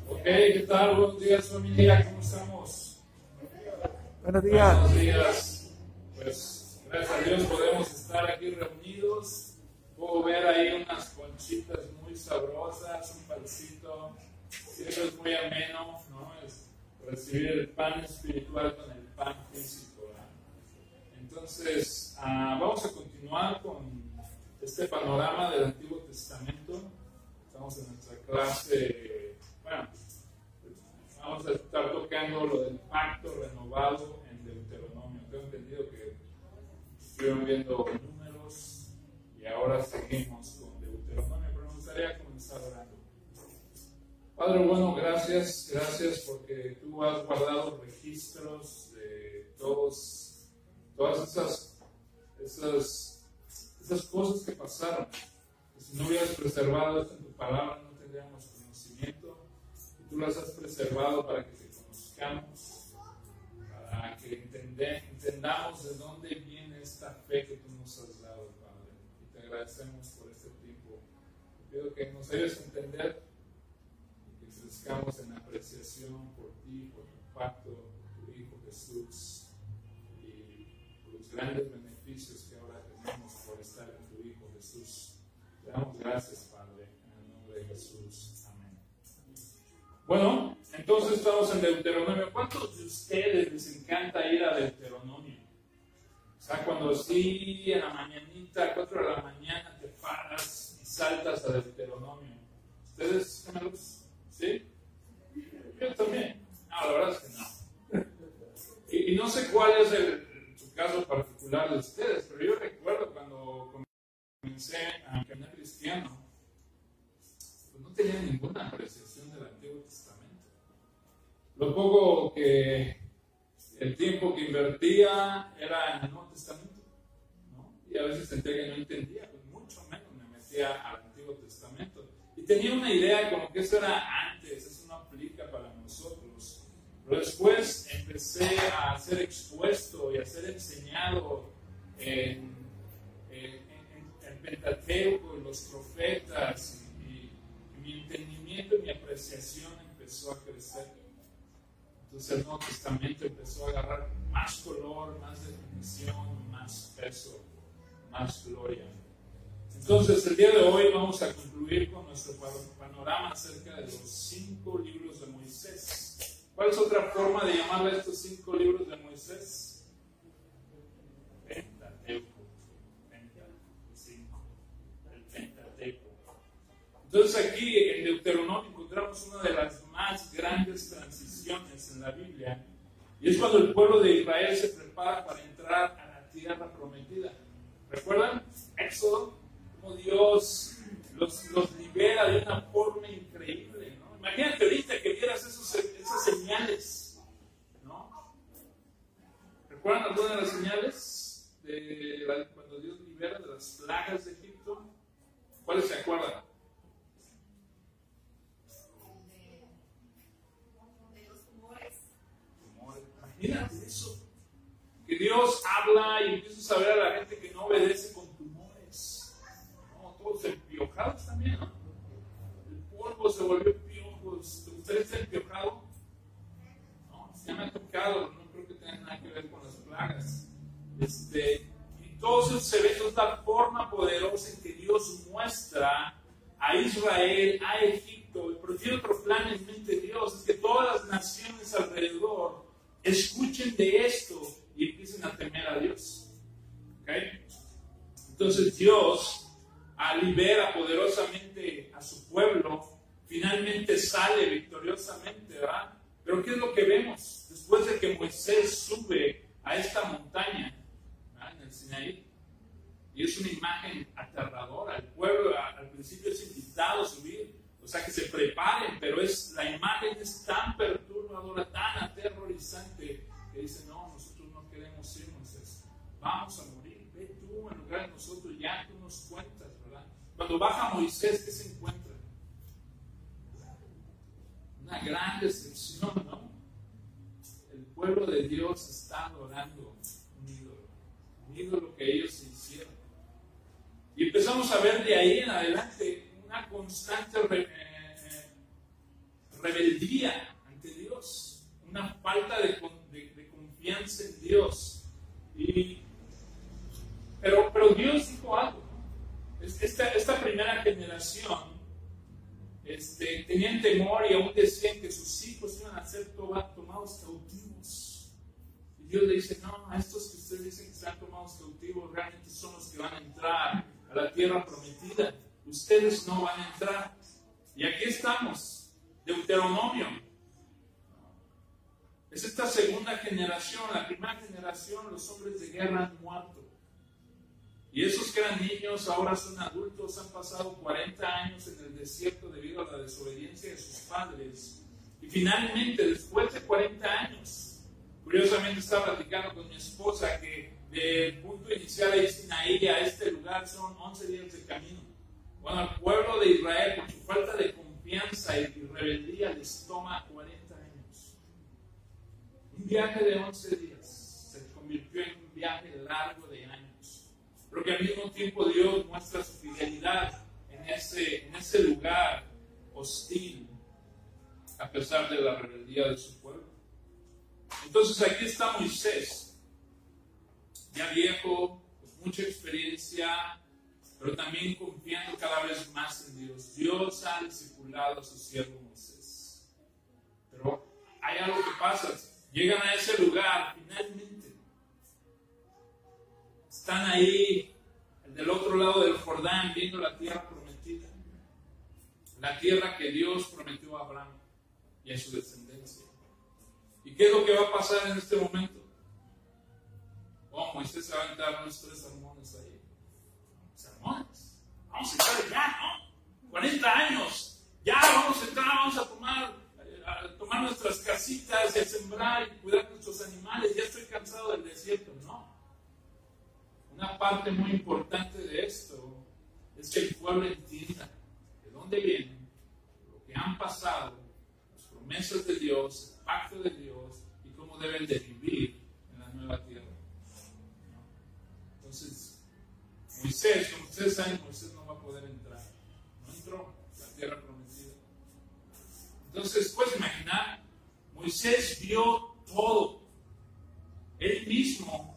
Ok, ¿qué tal? Buenos días, familia, ¿cómo estamos? Buenos días. Buenos días. Pues gracias a Dios podemos estar aquí reunidos. Puedo ver ahí unas conchitas muy sabrosas, un pancito. Siempre es muy ameno, ¿no? Es recibir el pan espiritual con el pan físico, ¿verdad? Entonces, vamos a continuar con este panorama del Antiguo Testamento. Estamos en nuestra clase, bueno, vamos a estar tocando lo del pacto renovado en Deuteronomio. Tengo entendido que estuvieron viendo números y ahora seguimos con Deuteronomio, pero me gustaría comenzar orando. Padre bueno, gracias porque tú has guardado registros de todas esas cosas que pasaron. Que si no hubieras preservado esto en tu palabra, no tendríamos conocimiento. Y tú las has preservado para que te conozcamos, para que entendamos de dónde viene esta fe que tú nos has dado, Padre. Y te agradecemos por este tiempo. Te pido que nos ayudes a entender y que crezcamos en apreciación por ti, por tu pacto, por tu Hijo Jesús y por los grandes beneficios que ahora tenemos por estar en tu Hijo Jesús. Te damos gracias, Padre, en el nombre de Jesús. Amén. Bueno, entonces estamos en Deuteronomio. ¿Cuántos de ustedes les encanta ir a Deuteronomio? O sea, cuando sí, en la mañanita, a 4 de la mañana, te paras y saltas a Deuteronomio. ¿Ustedes, gemelos? ¿Sí? Yo también. No, la verdad es que no. Y no sé cuál es su caso particular de ustedes, pero yo recuerdo cuando comencé a caminar cristiano, pues no tenía ninguna apreciación del Antiguo Testamento. Lo poco que el tiempo que invertía era en el Nuevo Testamento, ¿no? Y a veces sentía que no entendía, pues mucho menos me metía al Antiguo Testamento. Y tenía una idea como que eso era antes, eso no aplica para nosotros. Pero después empecé a ser expuesto y a ser enseñado en Pentateuco, en los profetas, y mi entendimiento y mi apreciación empezó a crecer. Entonces el Nuevo Testamento empezó a agarrar más color, más definición, más peso, más gloria. Entonces el día de hoy vamos a concluir con nuestro panorama acerca de los 5 libros de Moisés. ¿Cuál es otra forma de llamarle a estos 5 libros de Moisés? Pentateuco. Entonces aquí en Deuteronomio encontramos una de las más grandes transiciones en la Biblia, y es cuando el pueblo de Israel se prepara para entrar a la tierra prometida. ¿Recuerdan? Éxodo, como Dios los libera de una forma increíble, ¿no? Imagínate ahorita que vieras esas señales, ¿no? ¿Recuerdan algunas de las señales cuando Dios libera de las plagas de Egipto? ¿Cuáles se acuerdan? Imagínate eso, que Dios habla y empiezas a ver a la gente que no obedece con tumores, ¿no? Todos empiojados también, ¿no? El polvo se volvió piojos. ¿Usted está empiojado? No, se me ha tocado, no creo que tenga nada que ver con las plagas. Y todo eso se ve, eso es la forma poderosa en que Dios muestra a Israel, a Egipto, pero tiene otro plan en mente Dios, es que todas las naciones alrededor escuchen de esto y empiecen a temer a Dios. ¿Okay? Entonces Dios libera poderosamente a su pueblo, finalmente sale victoriosamente, ¿verdad? Pero ¿qué es lo que vemos? Después de que Moisés sube a esta montaña, ¿verdad? En el Sinaí, y es una imagen aterradora. El pueblo al principio es invitado a subir, o sea que se preparen, pero la imagen es tan perturbadora, tan aterrorizante, que dice, no, nosotros no queremos ir, Moisés, vamos a morir, ve tú en lugar de nosotros, ya tú nos cuentas, ¿verdad? Cuando baja Moisés, ¿qué se encuentra? Una gran decepción, ¿no? El pueblo de Dios está adorando un ídolo que ellos se hicieron. Y empezamos a ver de ahí en adelante una constante rebeldía ante Dios, una falta de confianza en Dios. Pero Dios dijo algo, ¿no? Esta primera generación tenían temor y aún decían que sus hijos iban a ser tomados cautivos. Y Dios le dice, no, a estos que ustedes dicen que están tomados cautivos realmente son los que van a entrar a la tierra prometida. Ustedes no van a entrar. Y aquí estamos, Deuteronomio. Es esta segunda generación. La primera generación, los hombres de guerra han muerto. Y esos que eran niños ahora son adultos, han pasado 40 años en el desierto debido a la desobediencia de sus padres. Y finalmente, después de 40 años, curiosamente estaba platicando con mi esposa que del punto inicial de Sinaí a este lugar son 11 días de camino. Bueno, al pueblo de Israel, por su falta de confianza y rebeldía, les toma 40 años. Un viaje de 11 días se convirtió en un viaje largo de años. Pero que al mismo tiempo Dios muestra su fidelidad en ese lugar hostil, a pesar de la rebeldía de su pueblo. Entonces aquí está Moisés, ya viejo, con mucha experiencia, pero también confiando cada vez más en Dios. Dios ha discipulado a su siervo Moisés. Pero hay algo que pasa, llegan a ese lugar finalmente. Están ahí, del otro lado del Jordán, viendo la tierra prometida. La tierra que Dios prometió a Abraham y a su descendencia. ¿Y qué es lo que va a pasar en este momento? Oh, Moisés se va a aventar unos 3 sermones ahí. ¿Sermones? Vamos a entrar ya, ¿no? 40 años. Ya vamos a entrar, vamos a tomar nuestras casitas y a sembrar y cuidar nuestros animales. Ya estoy cansado del desierto. No. Una parte muy importante de esto es que el pueblo entienda de dónde vienen, lo que han pasado, las promesas de Dios, el pacto de Dios y cómo deben de vivir en la nueva tierra. Entonces, Moisés, como ustedes saben, Moisés no va a poder entrar. No entró a la tierra prometida. Entonces, puedes imaginar, Moisés vio todo. Él mismo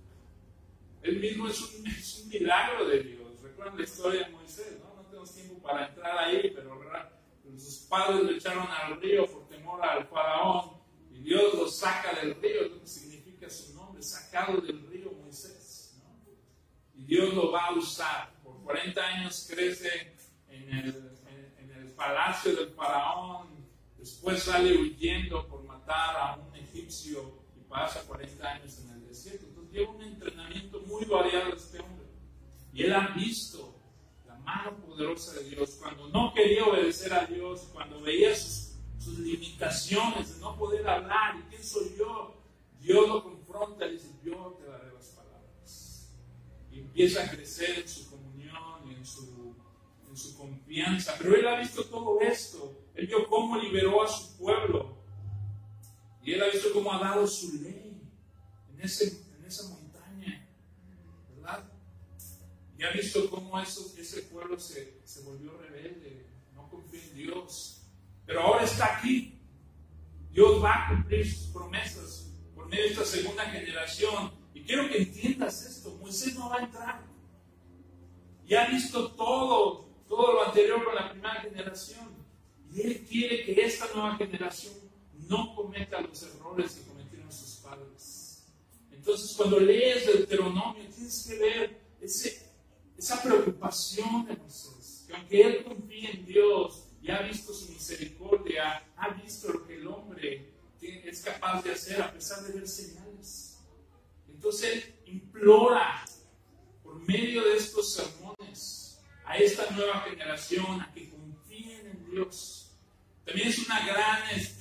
es un milagro de Dios. Recuerdan la historia de Moisés, ¿no? No tenemos tiempo para entrar ahí, pero sus padres lo echaron al río por temor al faraón y Dios lo saca del río, es lo que significa su nombre, sacado del río Moisés, ¿no? Y Dios lo va a usar. Por 40 años crece en el palacio del faraón, después sale huyendo por matar a un egipcio y pasa 40 años en el desierto. Lleva un entrenamiento muy variado este hombre. Y él ha visto la mano poderosa de Dios. Cuando no quería obedecer a Dios, cuando veía sus limitaciones de no poder hablar, ¿y quién soy yo? Dios lo confronta y dice, yo te daré las palabras. Y empieza a crecer en su comunión y en su confianza. Pero él ha visto todo esto. Él vio cómo liberó a su pueblo. Y él ha visto cómo ha dado su ley en esa montaña, ¿verdad? Y ha visto cómo ese pueblo se volvió rebelde, no confía en Dios. Pero ahora está aquí. Dios va a cumplir sus promesas por medio de esta segunda generación. Y quiero que entiendas esto. Moisés no va a entrar. Y ha visto todo lo anterior con la primera generación. Y él quiere que esta nueva generación no cometa los errores que cometieron sus padres. Entonces, cuando lees Deuteronomio, tienes que ver esa preocupación de Moisés. Que aunque él confía en Dios y ha visto su misericordia, ha visto lo que el hombre es capaz de hacer a pesar de ver señales. Entonces, él implora por medio de estos sermones a esta nueva generación a que confíen en Dios. También es una gran,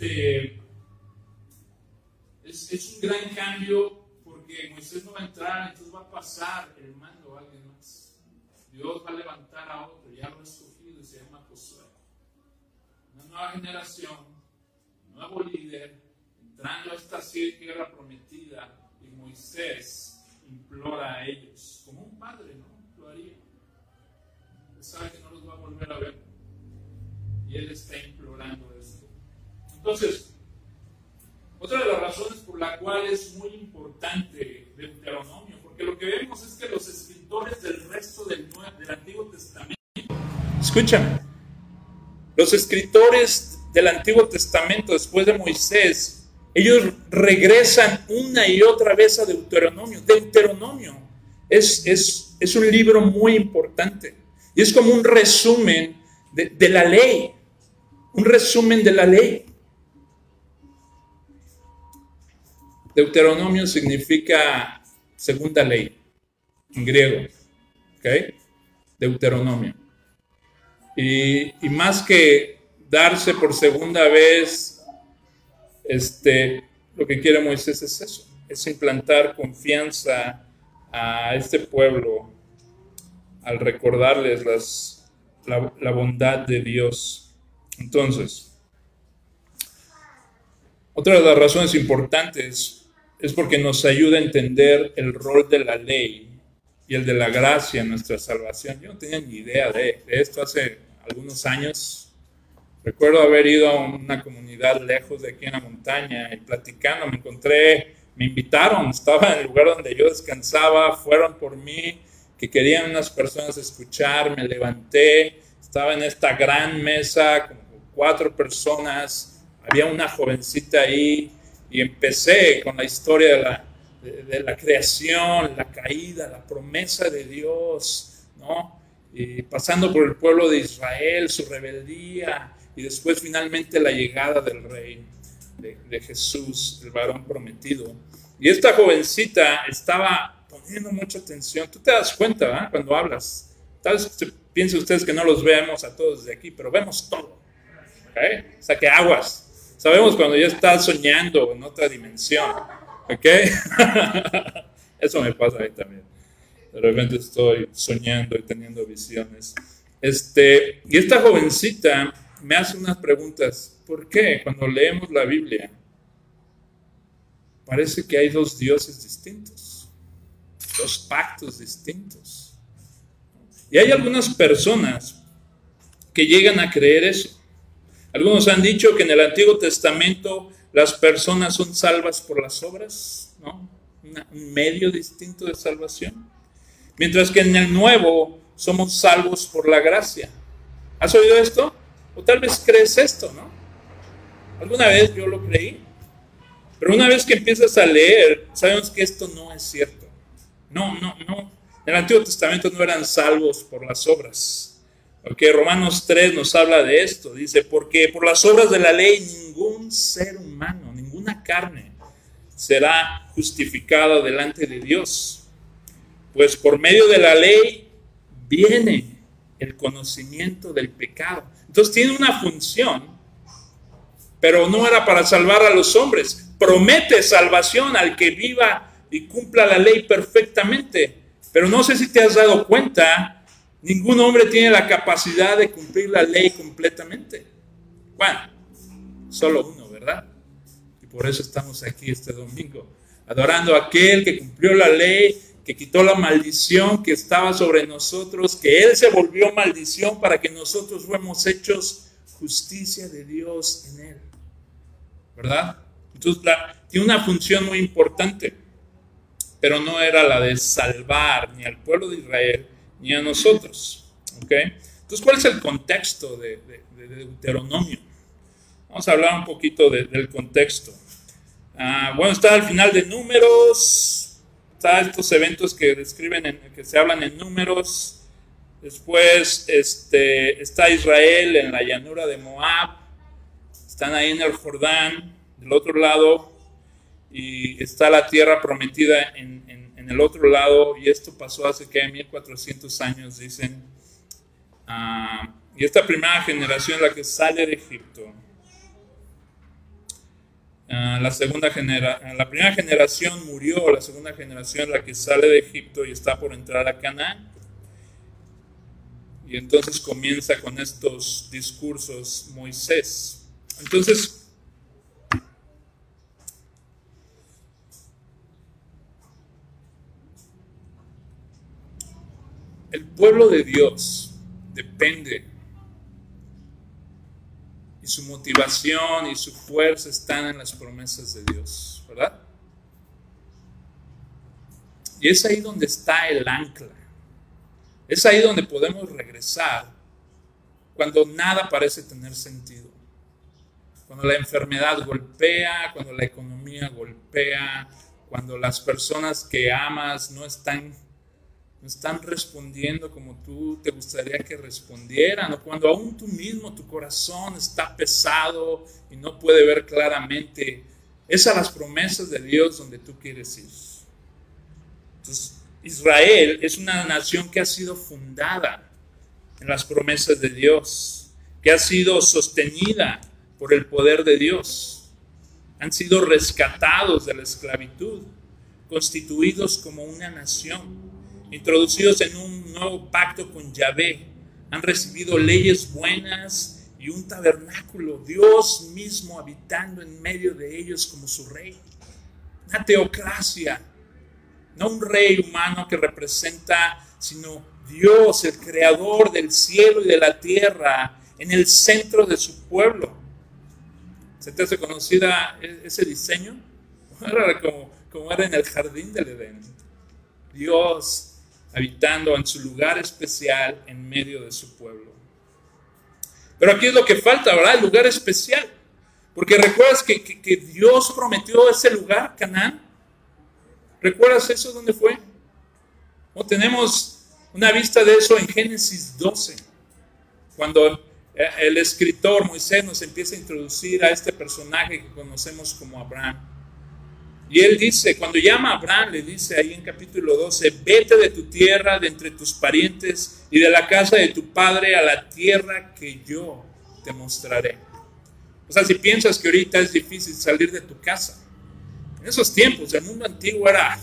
es un gran cambio porque Moisés no va a entrar, entonces va a pasar el mando a alguien más. Dios va a levantar a otro, ya lo ha escogido y se llama Josué. Una nueva generación, un nuevo líder, entrando a esta tierra prometida y Moisés implora a ellos, como un padre, ¿no? Lo haría. Él sabe que no los va a volver a ver. Y él está implorando esto. Entonces, otra de las razones por la cual es muy importante Deuteronomio, porque lo que vemos es que los escritores del resto del Antiguo Testamento, escúchame, los escritores del Antiguo Testamento después de Moisés, ellos regresan una y otra vez a Deuteronomio. Deuteronomio es un libro muy importante y es como un resumen de la ley, un resumen de la ley. Deuteronomio significa segunda ley en griego, ¿ok? Deuteronomio. Y más que darse por segunda vez, lo que quiere Moisés es eso, es implantar confianza a este pueblo al recordarles la bondad de Dios. Entonces, otra de las razones importantes es porque nos ayuda a entender el rol de la ley y el de la gracia en nuestra salvación. Yo no tenía ni idea de esto hace algunos años. Recuerdo haber ido a una comunidad lejos de aquí en la montaña y platicando, me invitaron, estaba en el lugar donde yo descansaba, fueron por mí, que querían unas personas escuchar, me levanté, estaba en esta gran mesa, como 4 personas, había una jovencita ahí y empecé con la historia de la creación, la caída, la promesa de Dios, ¿no? Y pasando por el pueblo de Israel, su rebeldía, y después finalmente la llegada del Rey, de Jesús, el varón prometido. Y esta jovencita estaba poniendo mucha atención. Tú te das cuenta, ¿verdad? Cuando hablas. Tal vez piensen ustedes que no los vemos a todos desde aquí, pero vemos todo. ¿Okay? O sea, que aguas. Sabemos cuando ya estás soñando en otra dimensión. ¿Ok? Eso me pasa a mí también. De repente estoy soñando y teniendo visiones. Y esta jovencita me hace unas preguntas. ¿Por qué cuando leemos la Biblia parece que hay 2 dioses distintos, 2 pactos distintos? Y hay algunas personas que llegan a creer eso. Algunos han dicho que en el Antiguo Testamento las personas son salvas por las obras, ¿no? Un medio distinto de salvación. Mientras que en el Nuevo somos salvos por la gracia. ¿Has oído esto? O tal vez crees esto, ¿no? Alguna vez yo lo creí. Pero una vez que empiezas a leer, sabemos que esto no es cierto. No. En el Antiguo Testamento no eran salvos por las obras. Okay, Romanos 3 nos habla de esto. Dice, porque por las obras de la ley ningún ser humano, ninguna carne será justificada delante de Dios. Pues por medio de la ley viene el conocimiento del pecado. Entonces tiene una función, pero no era para salvar a los hombres. Promete salvación al que viva y cumpla la ley perfectamente. Pero no sé si te has dado cuenta, ningún hombre tiene la capacidad de cumplir la ley completamente. Bueno, solo uno, ¿verdad? Y por eso estamos aquí este domingo, adorando a aquel que cumplió la ley, que quitó la maldición que estaba sobre nosotros, que Él se volvió maldición para que nosotros fuéramos hechos justicia de Dios en Él. ¿Verdad? Entonces tiene una función muy importante, pero no era la de salvar ni al pueblo de Israel ni a nosotros. ¿Okay? Entonces, ¿cuál es el contexto de Deuteronomio? Vamos a hablar un poquito del contexto. Bueno, está al final de Números, está estos eventos que describen, que se hablan en Números. Después está Israel en la llanura de Moab, están ahí en el Jordán, del otro lado, y está la tierra prometida en el otro lado, y esto pasó hace 1400 años, dicen. Y esta primera generación, la que sale de Egipto, la primera generación murió, la segunda generación, la que sale de Egipto y está por entrar a Canaán. Y entonces comienza con estos discursos Moisés. Entonces, el pueblo de Dios depende y su motivación y su fuerza están en las promesas de Dios, ¿verdad? Y es ahí donde está el ancla. Es ahí donde podemos regresar cuando nada parece tener sentido. Cuando la enfermedad golpea, cuando la economía golpea, cuando las personas que amas no están respondiendo como tú te gustaría que respondieran, o cuando aún tú mismo, tu corazón está pesado y no puede ver claramente. Es a las promesas de Dios donde tú quieres ir. Entonces, Israel es una nación que ha sido fundada en las promesas de Dios, que ha sido sostenida por el poder de Dios. Han sido rescatados de la esclavitud, constituidos como una nación, introducidos en un nuevo pacto con Yahvé. Han recibido leyes buenas y un tabernáculo, Dios mismo habitando en medio de ellos como su rey. Una teocracia, no un rey humano que representa, sino Dios, el creador del cielo y de la tierra, en el centro de su pueblo. ¿Se te hace conocida ese diseño? Era como era en el jardín del Edén. Dios habitando en su lugar especial en medio de su pueblo. Pero aquí es lo que falta, ¿verdad? El lugar especial. Porque recuerdas que Dios prometió ese lugar, Canaán. ¿Recuerdas eso? ¿Dónde fue? ¿No? Tenemos una vista de eso en Génesis 12, cuando el escritor Moisés nos empieza a introducir a este personaje que conocemos como Abraham. Y él dice, cuando llama a Abraham, le dice ahí en capítulo 12, vete de tu tierra, de entre tus parientes y de la casa de tu padre a la tierra que yo te mostraré. O sea, si piensas que ahorita es difícil salir de tu casa, en esos tiempos el mundo antiguo era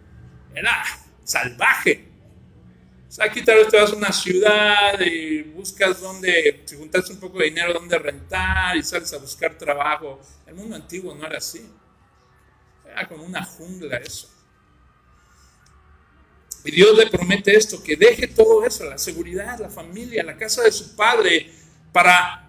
salvaje. O sea, aquí tal vez te vas a una ciudad y buscas dónde, si juntas un poco de dinero, dónde rentar y sales a buscar trabajo. El mundo antiguo no era así. Era como una jungla eso. Y Dios le promete esto, que deje todo eso, la seguridad, la familia, la casa de su padre, para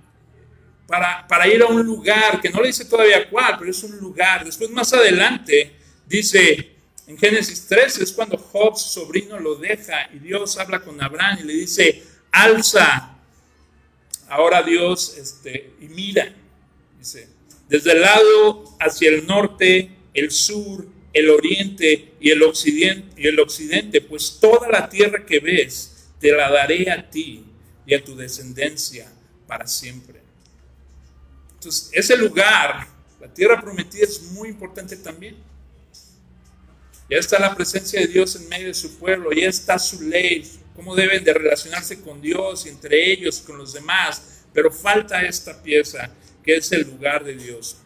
ir a un lugar, que no le dice todavía cuál, pero es un lugar. Después más adelante dice, en Génesis 13 es cuando Job, su sobrino, lo deja y Dios habla con Abraham y le dice, alza ahora Dios y mira, dice, desde el lado hacia el norte, el sur, el oriente y el occidente, pues toda la tierra que ves te la daré a ti y a tu descendencia para siempre. Entonces, ese lugar, la tierra prometida, es muy importante también. Ya está la presencia de Dios en medio de su pueblo, ya está su ley, cómo deben de relacionarse con Dios y entre ellos, con los demás, pero falta esta pieza que es el lugar de Dios.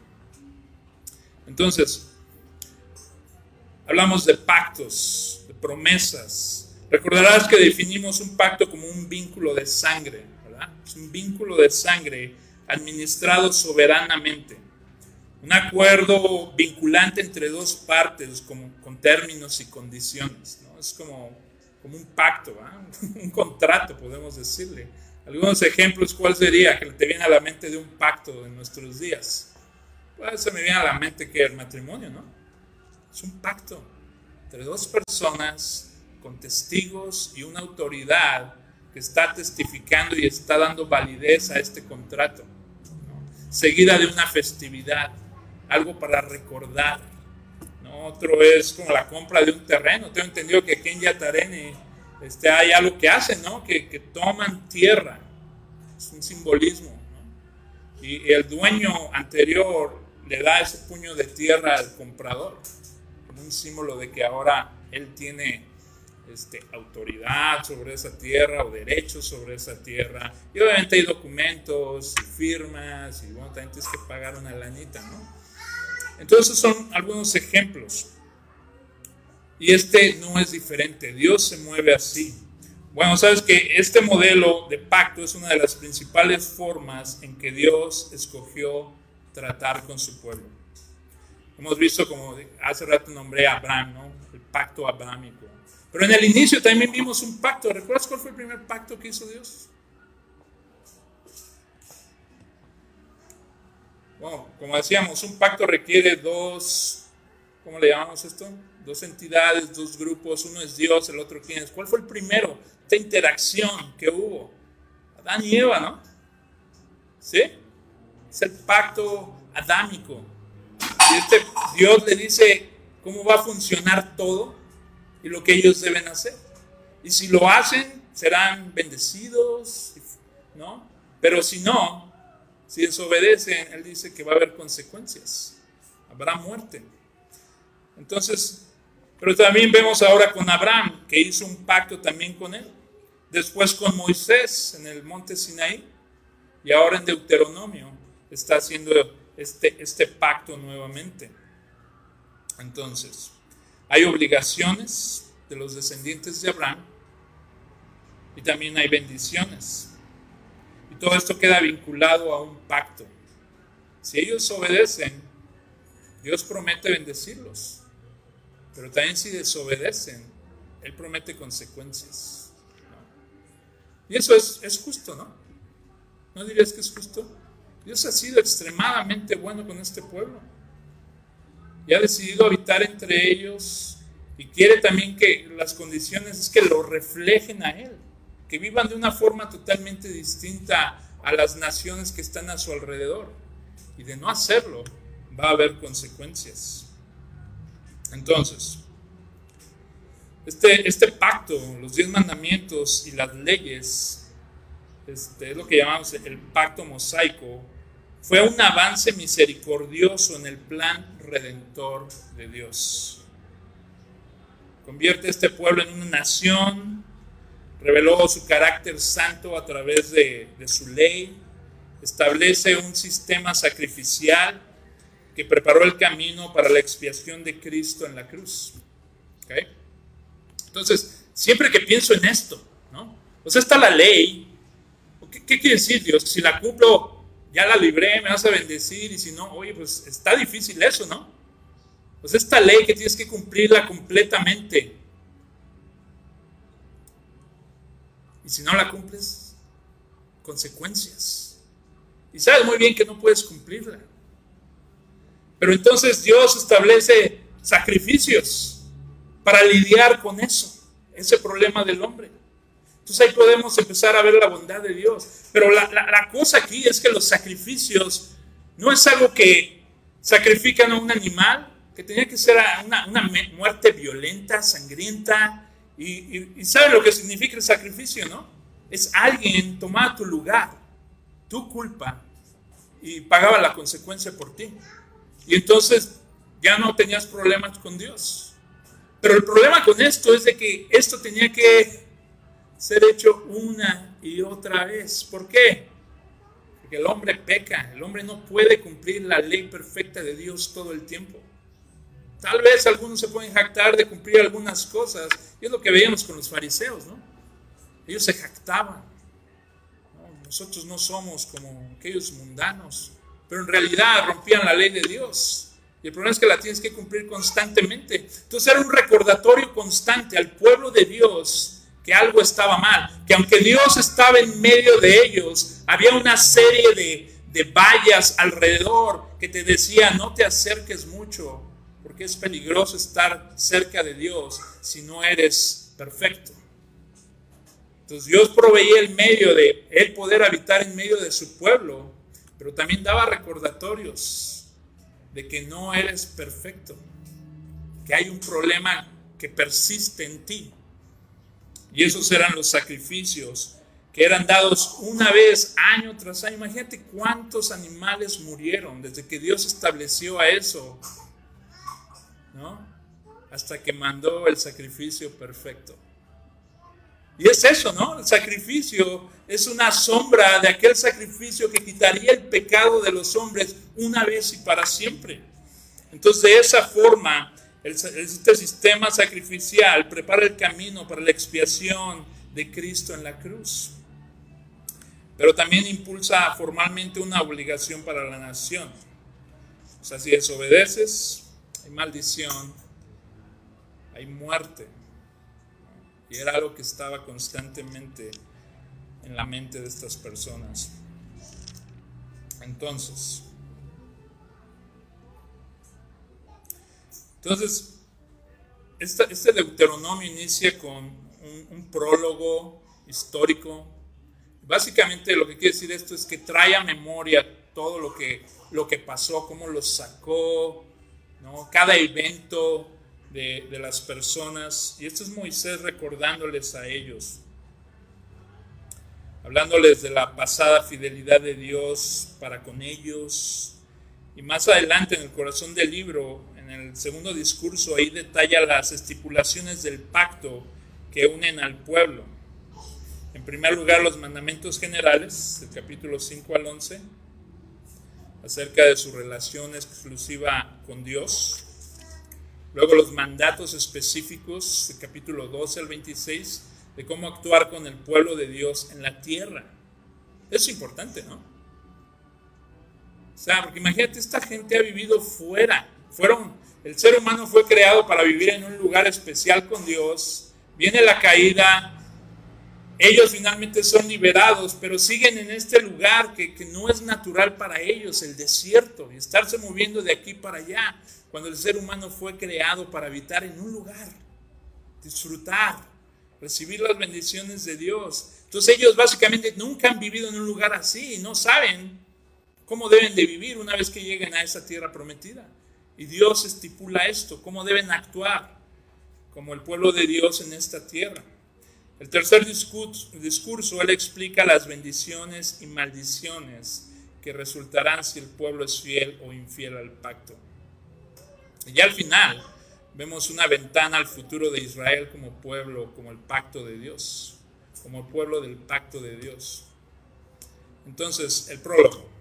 Entonces, hablamos de pactos, de promesas. Recordarás que definimos un pacto como un vínculo de sangre, ¿verdad? Es un vínculo de sangre administrado soberanamente. Un acuerdo vinculante entre dos partes con términos y condiciones, ¿no? Es como un pacto, ¿verdad? Un contrato, podemos decirle. Algunos ejemplos, ¿cuál sería? Que te viene a la mente de un pacto en nuestros días. Pues se me viene a la mente que el matrimonio, ¿no? Es un pacto entre dos personas con testigos y una autoridad que está testificando y está dando validez a este contrato, ¿no? Seguida de una festividad, algo para recordar, ¿no? Otro es como la compra de un terreno. Tengo entendido que aquí en Yatareni hay algo que hacen, ¿no? Que toman tierra, es un simbolismo, ¿no? Y el dueño anterior le da ese puño de tierra al comprador, como un símbolo de que ahora él tiene autoridad sobre esa tierra o derechos sobre esa tierra. Y obviamente hay documentos y firmas y bueno, también tienes que pagar una lanita, ¿no? Entonces son algunos ejemplos. Y no es diferente. Dios se mueve así. Bueno, sabes que este modelo de pacto es una de las principales formas en que Dios escogió tratar con su pueblo. Hemos visto, como hace rato nombré a Abraham, ¿no? El pacto abrámico. Pero en el inicio también vimos un pacto. ¿Recuerdas cuál fue el primer pacto que hizo Dios? Bueno, como decíamos, un pacto requiere dos, ¿cómo le llamamos esto? Dos entidades, dos grupos, uno es Dios, el otro quién es. ¿Cuál fue el primero? Esta interacción que hubo. Adán y Eva, ¿no? ¿Sí? Es el pacto adámico. Y Dios le dice cómo va a funcionar todo y lo que ellos deben hacer. Y si lo hacen, serán bendecidos, ¿no? Pero si no, si desobedecen, Él dice que va a haber consecuencias. Habrá muerte. Entonces, pero también vemos ahora con Abraham, que hizo un pacto también con Él. Después con Moisés en el monte Sinaí. Y ahora en Deuteronomio está haciendo este pacto nuevamente. Entonces, hay obligaciones de los descendientes de Abraham y también hay bendiciones. Y todo esto queda vinculado a un pacto. Si ellos obedecen, Dios promete bendecirlos. Pero también si desobedecen, Él promete consecuencias, ¿no? Y eso es justo, ¿no? ¿No dirías que es justo? Dios ha sido extremadamente bueno con este pueblo. Y ha decidido habitar entre ellos. Y quiere también que las condiciones es que lo reflejen a Él. Que vivan de una forma totalmente distinta a las naciones que están a su alrededor. Y de no hacerlo, va a haber consecuencias. Entonces, este pacto, los 10 mandamientos y las leyes, es lo que llamamos el pacto mosaico, fue un avance misericordioso en el plan redentor de Dios. Convierte a este pueblo en una nación, reveló su carácter santo a través de su ley, establece un sistema sacrificial que preparó el camino para la expiación de Cristo en la cruz. ¿Okay? Entonces, siempre que pienso en esto, ¿no? Pues está la ley. ¿Qué quiere decir Dios? Si la cumplo, ya la libré, me vas a bendecir, y si no, oye, pues está difícil eso, ¿no? Pues esta ley que tienes que cumplirla completamente. Y si no la cumples, consecuencias. Y sabes muy bien que no puedes cumplirla. Pero entonces Dios establece sacrificios para lidiar con eso, ese problema del hombre. Entonces ahí podemos empezar a ver la bondad de Dios. Pero la cosa aquí es que los sacrificios no es algo que sacrifican a un animal, que tenía que ser una muerte violenta, sangrienta. Y ¿saben lo que significa el sacrificio, no? Es alguien tomaba tu lugar, tu culpa, y pagaba la consecuencia por ti. Y entonces ya no tenías problemas con Dios. Pero el problema con esto es de que esto tenía que ser hecho una y otra vez. ¿Por qué? Porque el hombre peca. El hombre no puede cumplir la ley perfecta de Dios todo el tiempo. Tal vez algunos se pueden jactar de cumplir algunas cosas. Y es lo que veíamos con los fariseos, ¿no? Ellos se jactaban. ¿No? Nosotros no somos como aquellos mundanos. Pero en realidad rompían la ley de Dios. Y el problema es que la tienes que cumplir constantemente. Entonces era un recordatorio constante al pueblo de Dios que algo estaba mal. Que aunque Dios estaba en medio de ellos, había una serie de vallas alrededor que te decían: no te acerques mucho, porque es peligroso estar cerca de Dios si no eres perfecto. Entonces Dios proveía el medio de Él poder habitar en medio de su pueblo, pero también daba recordatorios de que no eres perfecto, que hay un problema que persiste en ti. Y esos eran los sacrificios que eran dados una vez, año tras año. Imagínate cuántos animales murieron desde que Dios estableció a eso, ¿no? Hasta que mandó el sacrificio perfecto. Y es eso, ¿no? El sacrificio es una sombra de aquel sacrificio que quitaría el pecado de los hombres una vez y para siempre. Entonces, de esa forma, este sistema sacrificial prepara el camino para la expiación de Cristo en la cruz. Pero también impulsa formalmente una obligación para la nación. O sea, si desobedeces, hay maldición, hay muerte. Y era algo que estaba constantemente en la mente de estas personas. Entonces, Entonces, este Deuteronomio inicia con un prólogo histórico. Básicamente lo que quiere decir esto es que trae a memoria todo lo que pasó, cómo lo sacó, ¿no? Cada evento de las personas. Y esto es Moisés recordándoles a ellos, hablándoles de la pasada fidelidad de Dios para con ellos. Y más adelante en el corazón del libro, en el segundo discurso, ahí detalla las estipulaciones del pacto que unen al pueblo. En primer lugar, los mandamientos generales, del capítulo 5 al 11, acerca de su relación exclusiva con Dios. Luego los mandatos específicos, del capítulo 12 al 26, de cómo actuar con el pueblo de Dios en la tierra. Eso es importante, ¿no? O sea, porque imagínate, esta gente ha vivido fuera. El ser humano fue creado para vivir en un lugar especial con Dios. Viene la caída. Ellos finalmente son liberados, pero siguen en este lugar que no es natural para ellos, el desierto, y estarse moviendo de aquí para allá, cuando el ser humano fue creado para habitar en un lugar, disfrutar, recibir las bendiciones de Dios. Entonces ellos básicamente nunca han vivido en un lugar así y no saben cómo deben de vivir una vez que lleguen a esa tierra prometida. Y Dios estipula esto, cómo deben actuar como el pueblo de Dios en esta tierra. El tercer discurso, él explica las bendiciones y maldiciones que resultarán si el pueblo es fiel o infiel al pacto. Y ya al final vemos una ventana al futuro de Israel como pueblo, como el pacto de Dios, como el pueblo del pacto de Dios. Entonces, el prólogo.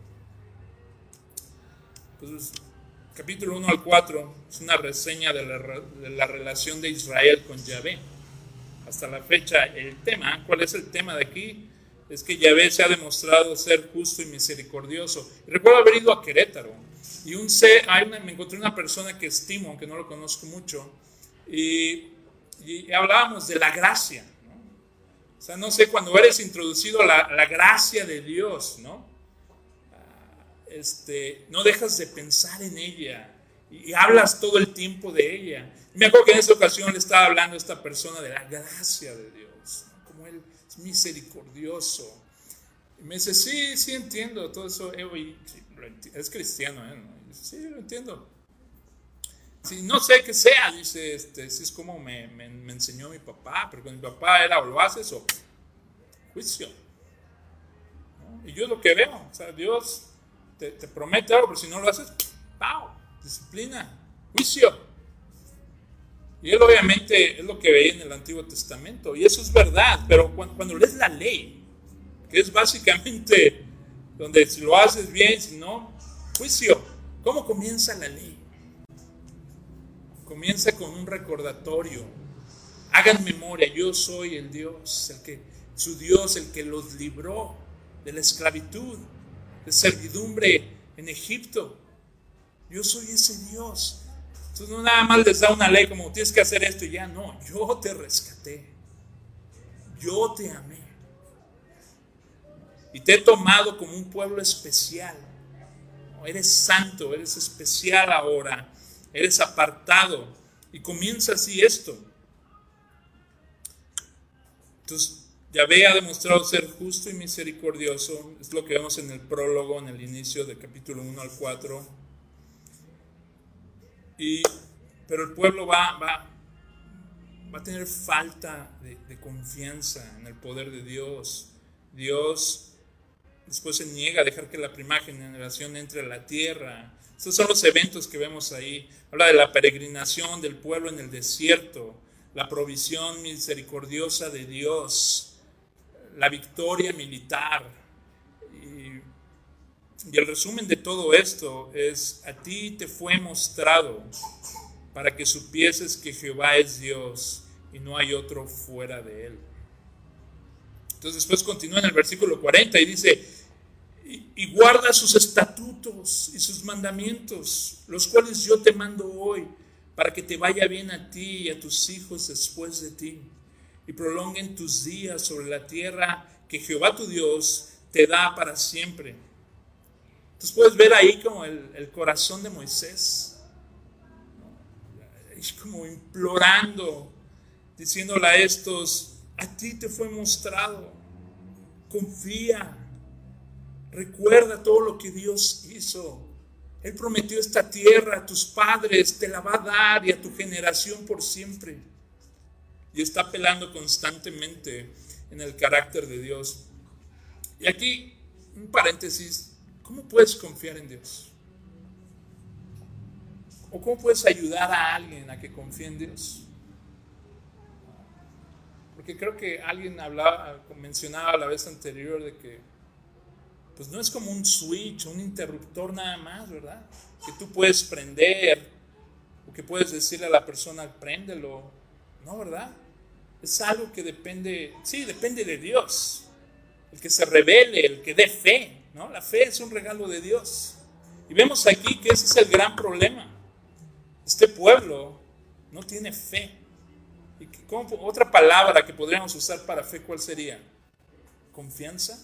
Pues, capítulo 1 al 4 es una reseña de la relación de Israel con Yahvé. Hasta la fecha, el tema, ¿cuál es el tema de aquí? Es que Yahvé se ha demostrado ser justo y misericordioso. Recuerdo haber ido a Querétaro y me encontré una persona que estimo, aunque no lo conozco mucho, y hablábamos de la gracia, ¿no? O sea, no sé, cuando eres introducido a la gracia de Dios, ¿no? No dejas de pensar en ella y hablas todo el tiempo de ella. Me acuerdo que en esta ocasión le estaba hablando a esta persona de la gracia de Dios, ¿no? Como Él es misericordioso. Y me dice, sí entiendo todo eso. Es cristiano, ¿no? Sí, lo entiendo. Sí, no sé qué sea, dice, sí es como me enseñó mi papá, pero con mi papá era o lo haces o juicio, ¿no? Y yo lo que veo, o sea, Dios te promete algo, pero si no lo haces, ¡pau! Disciplina, juicio. Y él obviamente es lo que veía en el Antiguo Testamento, y eso es verdad, pero cuando lees la ley, que es básicamente donde si lo haces bien, si no, juicio. ¿Cómo comienza la ley? Comienza con un recordatorio. Hagan memoria, yo soy el Dios, su Dios, el que los libró de la esclavitud, de servidumbre en Egipto. Yo soy ese Dios. Entonces no nada más les da una ley como tienes que hacer esto y ya, no, yo te rescaté, yo te amé y te he tomado como un pueblo especial. Eres santo, eres especial ahora, eres apartado, y comienza así esto. Entonces Yahvé ha demostrado ser justo y misericordioso, es lo que vemos en el prólogo, en el inicio del capítulo 1 al 4. Pero el pueblo va a tener falta de confianza en el poder de Dios. Dios después se niega a dejar que la primera generación entre a la tierra. Estos son los eventos que vemos ahí. Habla de la peregrinación del pueblo en el desierto, la provisión misericordiosa de Dios, la victoria militar. Y el resumen de todo esto es: a ti te fue mostrado para que supieses que Jehová es Dios y no hay otro fuera de él. Entonces después continúa en el versículo 40 y dice: y guarda sus estatutos y sus mandamientos, los cuales yo te mando hoy, para que te vaya bien a ti y a tus hijos después de ti, y prolonguen tus días sobre la tierra que Jehová tu Dios te da para siempre. Entonces puedes ver ahí como el corazón de Moisés. como implorando, diciéndole a estos, a ti te fue mostrado, confía, recuerda todo lo que Dios hizo. Él prometió esta tierra a tus padres, te la va a dar y a tu generación por siempre. Y está apelando constantemente en el carácter de Dios. Y aquí, un paréntesis, ¿cómo puedes confiar en Dios? ¿O cómo puedes ayudar a alguien a que confíe en Dios? Porque creo que alguien mencionaba la vez anterior de que pues no es como un switch, un interruptor nada más, ¿verdad? Que tú puedes prender o que puedes decirle a la persona, préndelo. No, ¿verdad? Es algo que depende de Dios. El que se revele, el que dé fe, ¿no? La fe es un regalo de Dios. Y vemos aquí que ese es el gran problema. Este pueblo no tiene fe. ¿Y otra palabra que podríamos usar para fe, cuál sería? Confianza.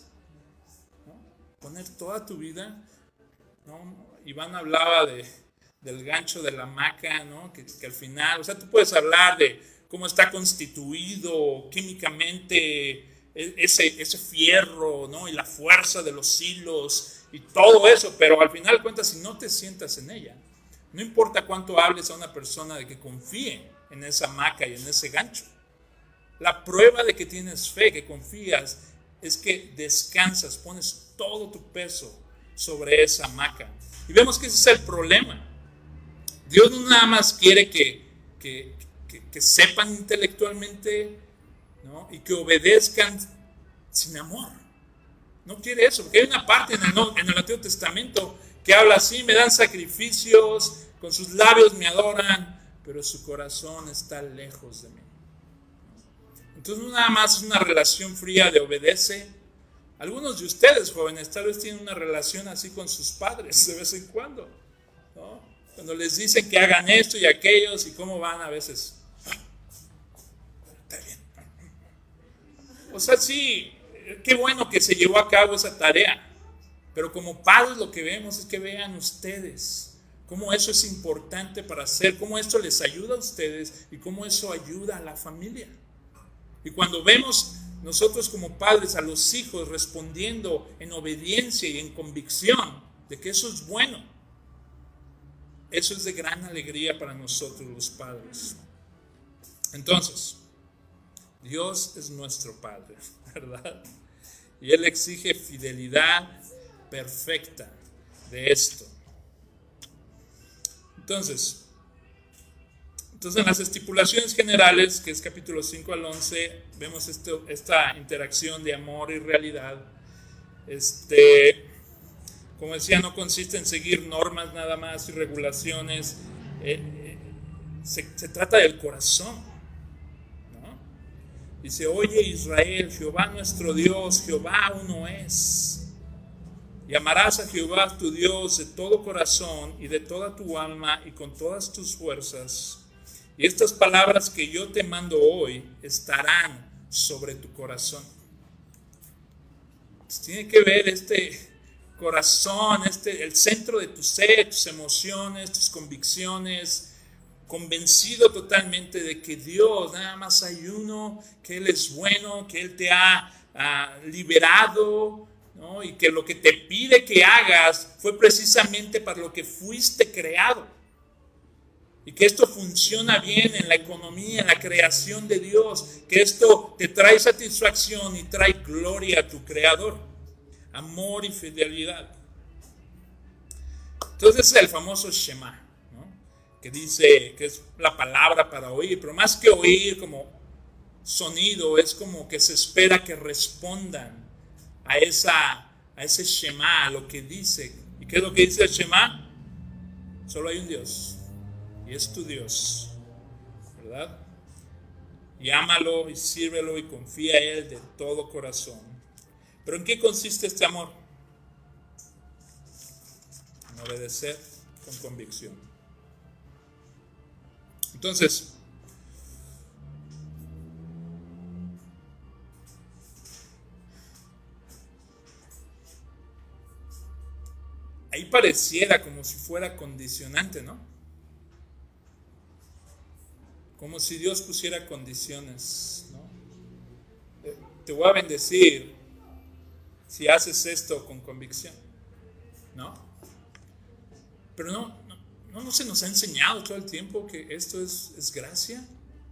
Poner toda tu vida, ¿no? Iván hablaba del gancho de la hamaca, ¿no? Que al final, o sea, tú puedes hablar de cómo está constituido químicamente ese fierro, ¿no? Y la fuerza de los hilos y todo eso, pero al final de cuentas, si no te sientas en ella, no importa cuánto hables a una persona de que confíe en esa hamaca y en ese gancho, la prueba de que tienes fe, que confías, es que descansas, pones todo tu peso sobre esa hamaca. Y vemos que ese es el problema. Dios no nada más quiere que sepan intelectualmente, ¿no? Y que obedezcan sin amor. No quiere eso, porque hay una parte en el Antiguo Testamento que habla así, me dan sacrificios, con sus labios me adoran, pero su corazón está lejos de mí. Entonces no nada más es una relación fría de obedece. Algunos de ustedes, jóvenes, tal vez tienen una relación así con sus padres de vez en cuando, ¿no? Cuando les dicen que hagan esto y aquellos y cómo van a veces. Está bien. O sea, sí, qué bueno que se llevó a cabo esa tarea, pero como padres lo que vemos es que vean ustedes cómo eso es importante para hacer, cómo esto les ayuda a ustedes y cómo eso ayuda a la familia. Y cuando vemos nosotros como padres a los hijos respondiendo en obediencia y en convicción de que eso es bueno, eso es de gran alegría para nosotros los padres. Entonces, Dios es nuestro Padre, ¿verdad? Y Él exige fidelidad perfecta de esto. Entonces en las estipulaciones generales, que es capítulo 5 al 11, vemos esta interacción de amor y realidad. Como decía, no consiste en seguir normas nada más y regulaciones. Se trata del corazón, ¿no? Dice, oye Israel, Jehová nuestro Dios, Jehová uno es. Y amarás a Jehová tu Dios de todo corazón y de toda tu alma y con todas tus fuerzas. Y estas palabras que yo te mando hoy estarán sobre tu corazón. Entonces, tiene que ver este corazón, el centro de tu ser, tus emociones, tus convicciones, convencido totalmente de que Dios, nada más hay uno, que Él es bueno, que Él te ha liberado, ¿no? Y que lo que te pide que hagas fue precisamente para lo que fuiste creado. Y que esto funciona bien en la economía, en la creación de Dios. Que esto te trae satisfacción y trae gloria a tu Creador. Amor y fidelidad. Entonces es el famoso Shema, ¿no? Que dice que es la palabra para oír. Pero más que oír como sonido, es como que se espera que respondan a ese Shema, a lo que dice. ¿Y qué es lo que dice el Shema? Solo hay un Dios. Y es tu Dios, ¿verdad? Y ámalo y sírvelo y confía en Él de todo corazón. ¿Pero en qué consiste este amor? En obedecer con convicción. Entonces, ahí pareciera como si fuera condicionante, ¿no? como si Dios pusiera condiciones, ¿no? Te voy a bendecir si haces esto con convicción, ¿no? Pero no se nos ha enseñado todo el tiempo que esto es gracia,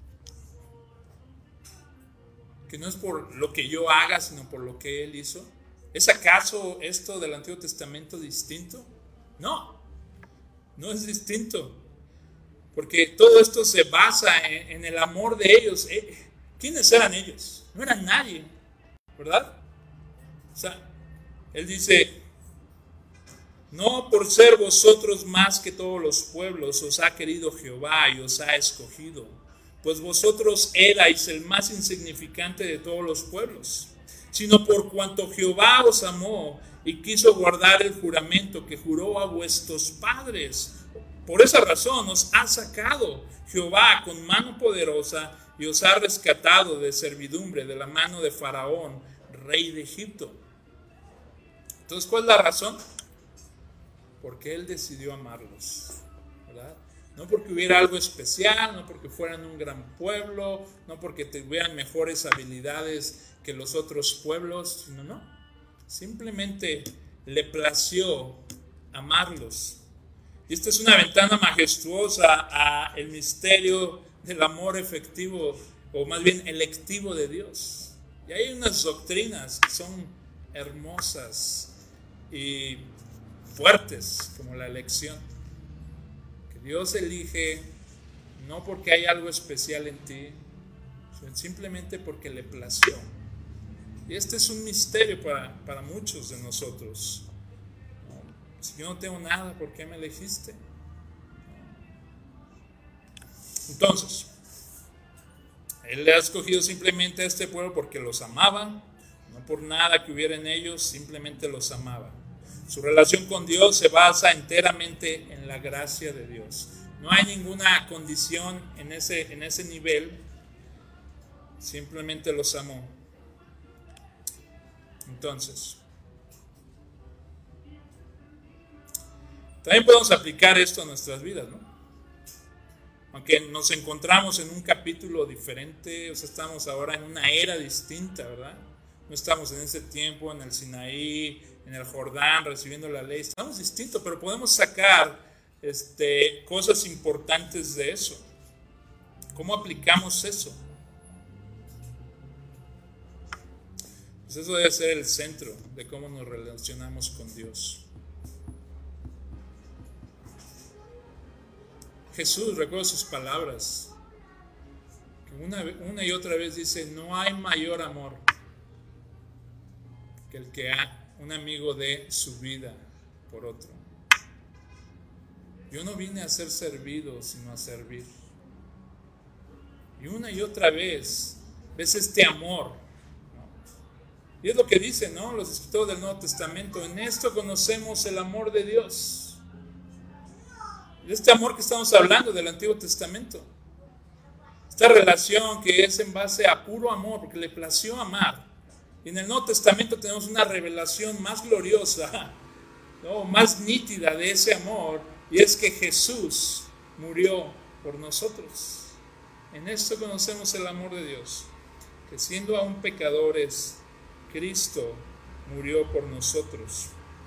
que no es por lo que yo haga, sino por lo que Él hizo. ¿Es acaso esto del Antiguo Testamento distinto? No es distinto, porque todo esto se basa en el amor de ellos. ¿Quiénes eran ellos? No eran nadie, ¿verdad? O sea, Él dice: no por ser vosotros más que todos los pueblos os ha querido Jehová y os ha escogido, pues vosotros erais el más insignificante de todos los pueblos, sino por cuanto Jehová os amó y quiso guardar el juramento que juró a vuestros padres. Por esa razón os ha sacado Jehová con mano poderosa y os ha rescatado de servidumbre de la mano de Faraón, rey de Egipto. Entonces, ¿cuál es la razón? Porque Él decidió amarlos, ¿verdad? No porque hubiera algo especial, no porque fueran un gran pueblo, no porque tuvieran mejores habilidades que los otros pueblos, sino no. Simplemente le plació amarlos. Y esta es una ventana majestuosa a el misterio del amor efectivo, o más bien electivo de Dios. Y hay unas doctrinas que son hermosas y fuertes, como la elección. Que Dios elige no porque hay algo especial en ti, sino simplemente porque le plació. Y este es un misterio para muchos de nosotros. Si yo no tengo nada, ¿por qué me elegiste? Entonces, Él le ha escogido simplemente a este pueblo porque los amaba, no por nada que hubiera en ellos, simplemente los amaba. Su relación con Dios se basa enteramente en la gracia de Dios. No hay ninguna condición en ese nivel, simplemente los amó. Entonces, también podemos aplicar esto a nuestras vidas, ¿no? Aunque nos encontramos en un capítulo diferente, o sea, estamos ahora en una era distinta, ¿verdad? No estamos en ese tiempo, en el Sinaí, en el Jordán, recibiendo la ley. Estamos distintos, pero podemos sacar cosas importantes de eso. ¿Cómo aplicamos eso? Pues eso debe ser el centro de cómo nos relacionamos con Dios. Jesús, recuerda sus palabras, que una y otra vez dice: no hay mayor amor que el que un amigo dé su vida por otro. Yo no vine a ser servido, sino a servir. Y una y otra vez ves este amor, ¿no? Y es lo que dicen, ¿no?, los escritores del Nuevo Testamento: en esto conocemos el amor de Dios. De este amor que estamos hablando del Antiguo Testamento, esta relación que es en base a puro amor, porque le plació amar. Y en el Nuevo Testamento tenemos una revelación más gloriosa, ¿no?, más nítida de ese amor, y es que Jesús murió por nosotros. En esto conocemos el amor de Dios, que siendo aún pecadores, Cristo murió por nosotros.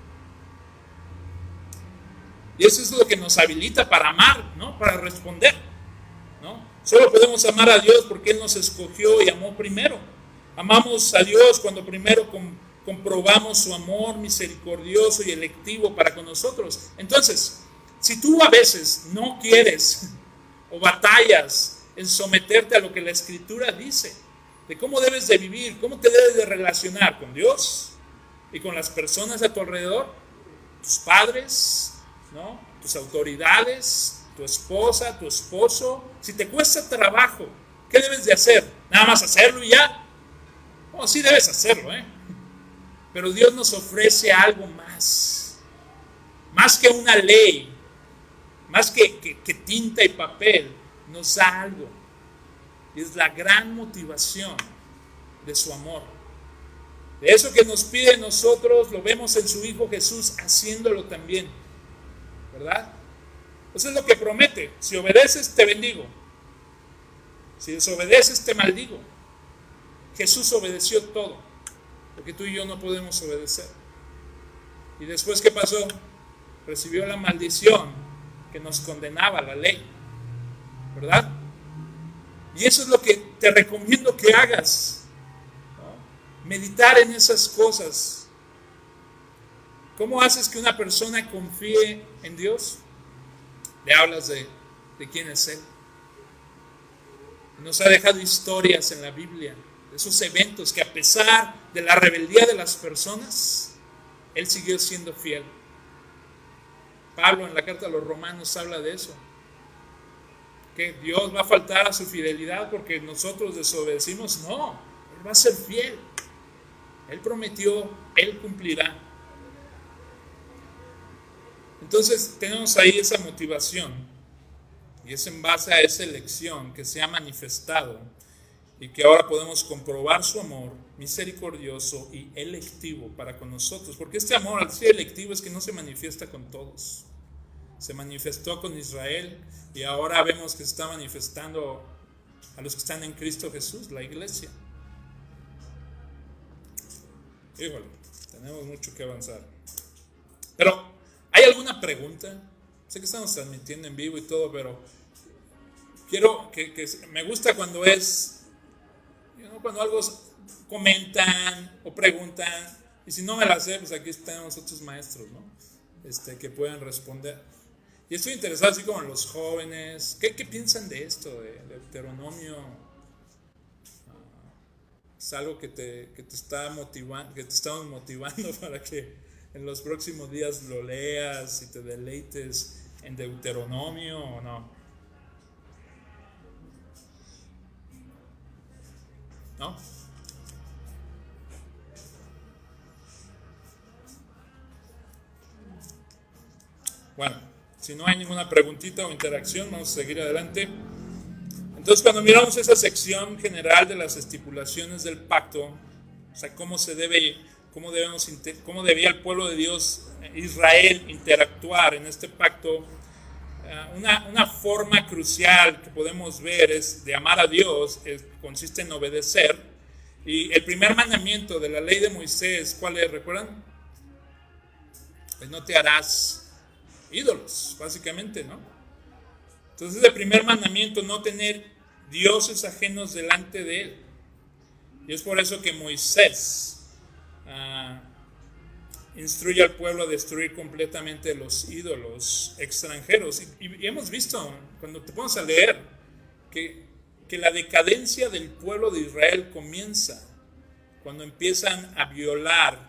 Y eso es lo que nos habilita para amar, ¿no?, para responder, ¿no? Solo podemos amar a Dios porque Él nos escogió y amó primero. Amamos a Dios cuando primero comprobamos su amor misericordioso y electivo para con nosotros. Entonces, si tú a veces no quieres o batallas en someterte a lo que la Escritura dice, de cómo debes de vivir, cómo te debes de relacionar con Dios y con las personas a tu alrededor, tus padres, ¿no?, tus autoridades, tu esposa, tu esposo, si te cuesta trabajo, ¿qué debes de hacer? ¿Nada más hacerlo y ya? No, sí debes hacerlo, pero Dios nos ofrece algo más que una ley, más que tinta y papel, nos da algo, y es la gran motivación de su amor. De eso que nos pide nosotros, lo vemos en su Hijo Jesús haciéndolo también, ¿verdad? Eso es lo que promete: si obedeces, te bendigo. Si desobedeces, te maldigo. Jesús obedeció todo, porque tú y yo no podemos obedecer. Y después, ¿qué pasó? Recibió la maldición que nos condenaba la ley, ¿verdad? Y eso es lo que te recomiendo que hagas, ¿no? Meditar en esas cosas. ¿Cómo haces que una persona confíe en Dios? Le hablas de quién es Él. Nos ha dejado historias en la Biblia de esos eventos que, a pesar de la rebeldía de las personas, Él siguió siendo fiel. Pablo en la carta a los Romanos habla de eso, que Dios va a faltar a su fidelidad porque nosotros desobedecimos. No, Él va a ser fiel. Él prometió, Él cumplirá. Entonces tenemos ahí esa motivación, y es en base a esa elección que se ha manifestado y que ahora podemos comprobar su amor misericordioso y electivo para con nosotros, porque este amor, al ser electivo, es que no se manifiesta con todos. Se manifestó con Israel y ahora vemos que se está manifestando a los que están en Cristo Jesús, la iglesia. Híjole, tenemos mucho que avanzar. Pero, ¿hay alguna pregunta? Sé que estamos transmitiendo en vivo y todo, pero quiero que me gusta cuando cuando algo comentan o preguntan, y si no me la sé, pues aquí tenemos otros maestros, ¿no? Que pueden responder. Y estoy interesado así como en los jóvenes. ¿Qué piensan de esto, de Deuteronomio? Es algo que te está motivando, que te estamos motivando para que en los próximos días lo leas y te deleites en Deuteronomio, ¿o no? ¿No? Bueno, si no hay ninguna preguntita o interacción, vamos a seguir adelante. Entonces, cuando miramos esa sección general de las estipulaciones del pacto, o sea, cómo debía el pueblo de Dios, Israel, interactuar en este pacto, una forma crucial que podemos ver es de amar a Dios, consiste en obedecer. Y el primer mandamiento de la ley de Moisés, ¿cuál es? ¿Recuerdan? Pues no te harás ídolos, básicamente, ¿no? Entonces el primer mandamiento, no tener dioses ajenos delante de él. Y es por eso que Moisés instruye al pueblo a destruir completamente los ídolos extranjeros. Y hemos visto, cuando te pones a leer, que la decadencia del pueblo de Israel comienza cuando empiezan a violar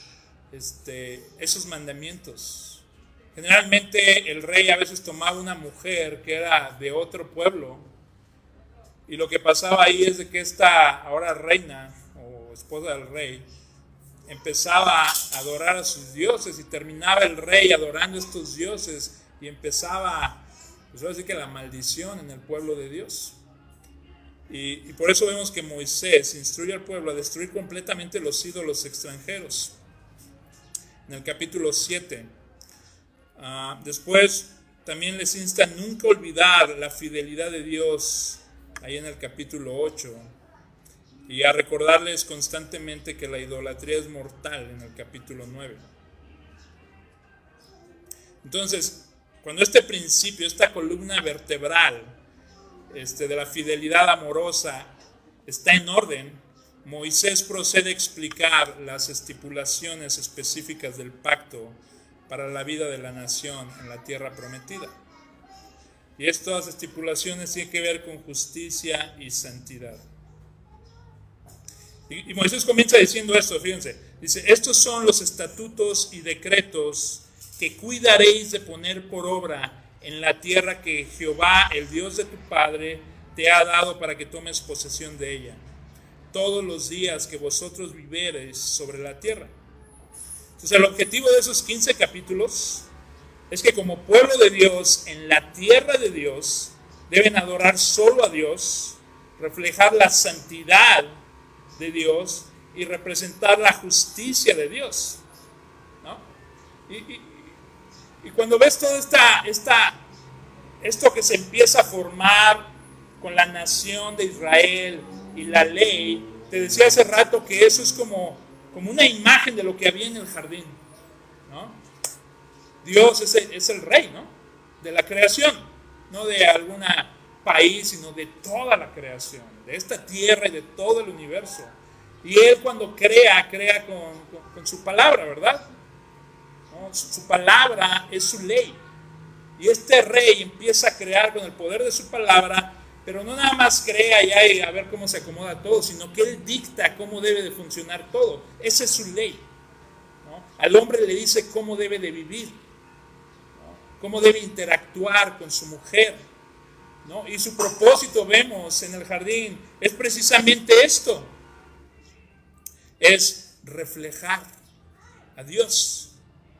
esos mandamientos. Generalmente el rey a veces tomaba una mujer que era de otro pueblo, y lo que pasaba ahí es de que esta ahora reina o esposa del rey empezaba a adorar a sus dioses, y terminaba el rey adorando a estos dioses, y empezaba, pues ahora sí que la maldición en el pueblo de Dios. Y por eso vemos que Moisés instruye al pueblo a destruir completamente los ídolos extranjeros. En el capítulo 7. Después también les insta a nunca olvidar la fidelidad de Dios, ahí en el capítulo 8. Y a recordarles constantemente que la idolatría es mortal, en el capítulo 9. Entonces, cuando este principio, esta columna vertebral de la fidelidad amorosa está en orden, Moisés procede a explicar las estipulaciones específicas del pacto para la vida de la nación en la tierra prometida. Y estas estipulaciones tienen que ver con justicia y santidad. Y Moisés comienza diciendo esto, fíjense, dice: estos son los estatutos y decretos que cuidaréis de poner por obra en la tierra que Jehová, el Dios de tu padre, te ha dado para que tomes posesión de ella, todos los días que vosotros vivereis sobre la tierra. Entonces, el objetivo de esos 15 capítulos es que como pueblo de Dios, en la tierra de Dios, deben adorar solo a Dios, reflejar la santidad de Dios y representar la justicia de Dios, ¿no? Y cuando ves todo esto que se empieza a formar con la nación de Israel y la ley, te decía hace rato que eso es como una imagen de lo que había en el jardín, ¿no? Dios es el rey, ¿no? De la creación, no de algún país, sino de toda la creación, de esta tierra y de todo el universo. Y Él cuando crea con su palabra, ¿verdad? ¿No? Su palabra es su ley. Y este rey empieza a crear con el poder de su palabra, pero no nada más crea y a ver cómo se acomoda todo, sino que Él dicta cómo debe de funcionar todo. Esa es su ley, ¿no? Al hombre le dice cómo debe de vivir, ¿no? Cómo debe interactuar con su mujer, ¿no? Y su propósito, vemos en el jardín, es precisamente esto. Es reflejar a Dios,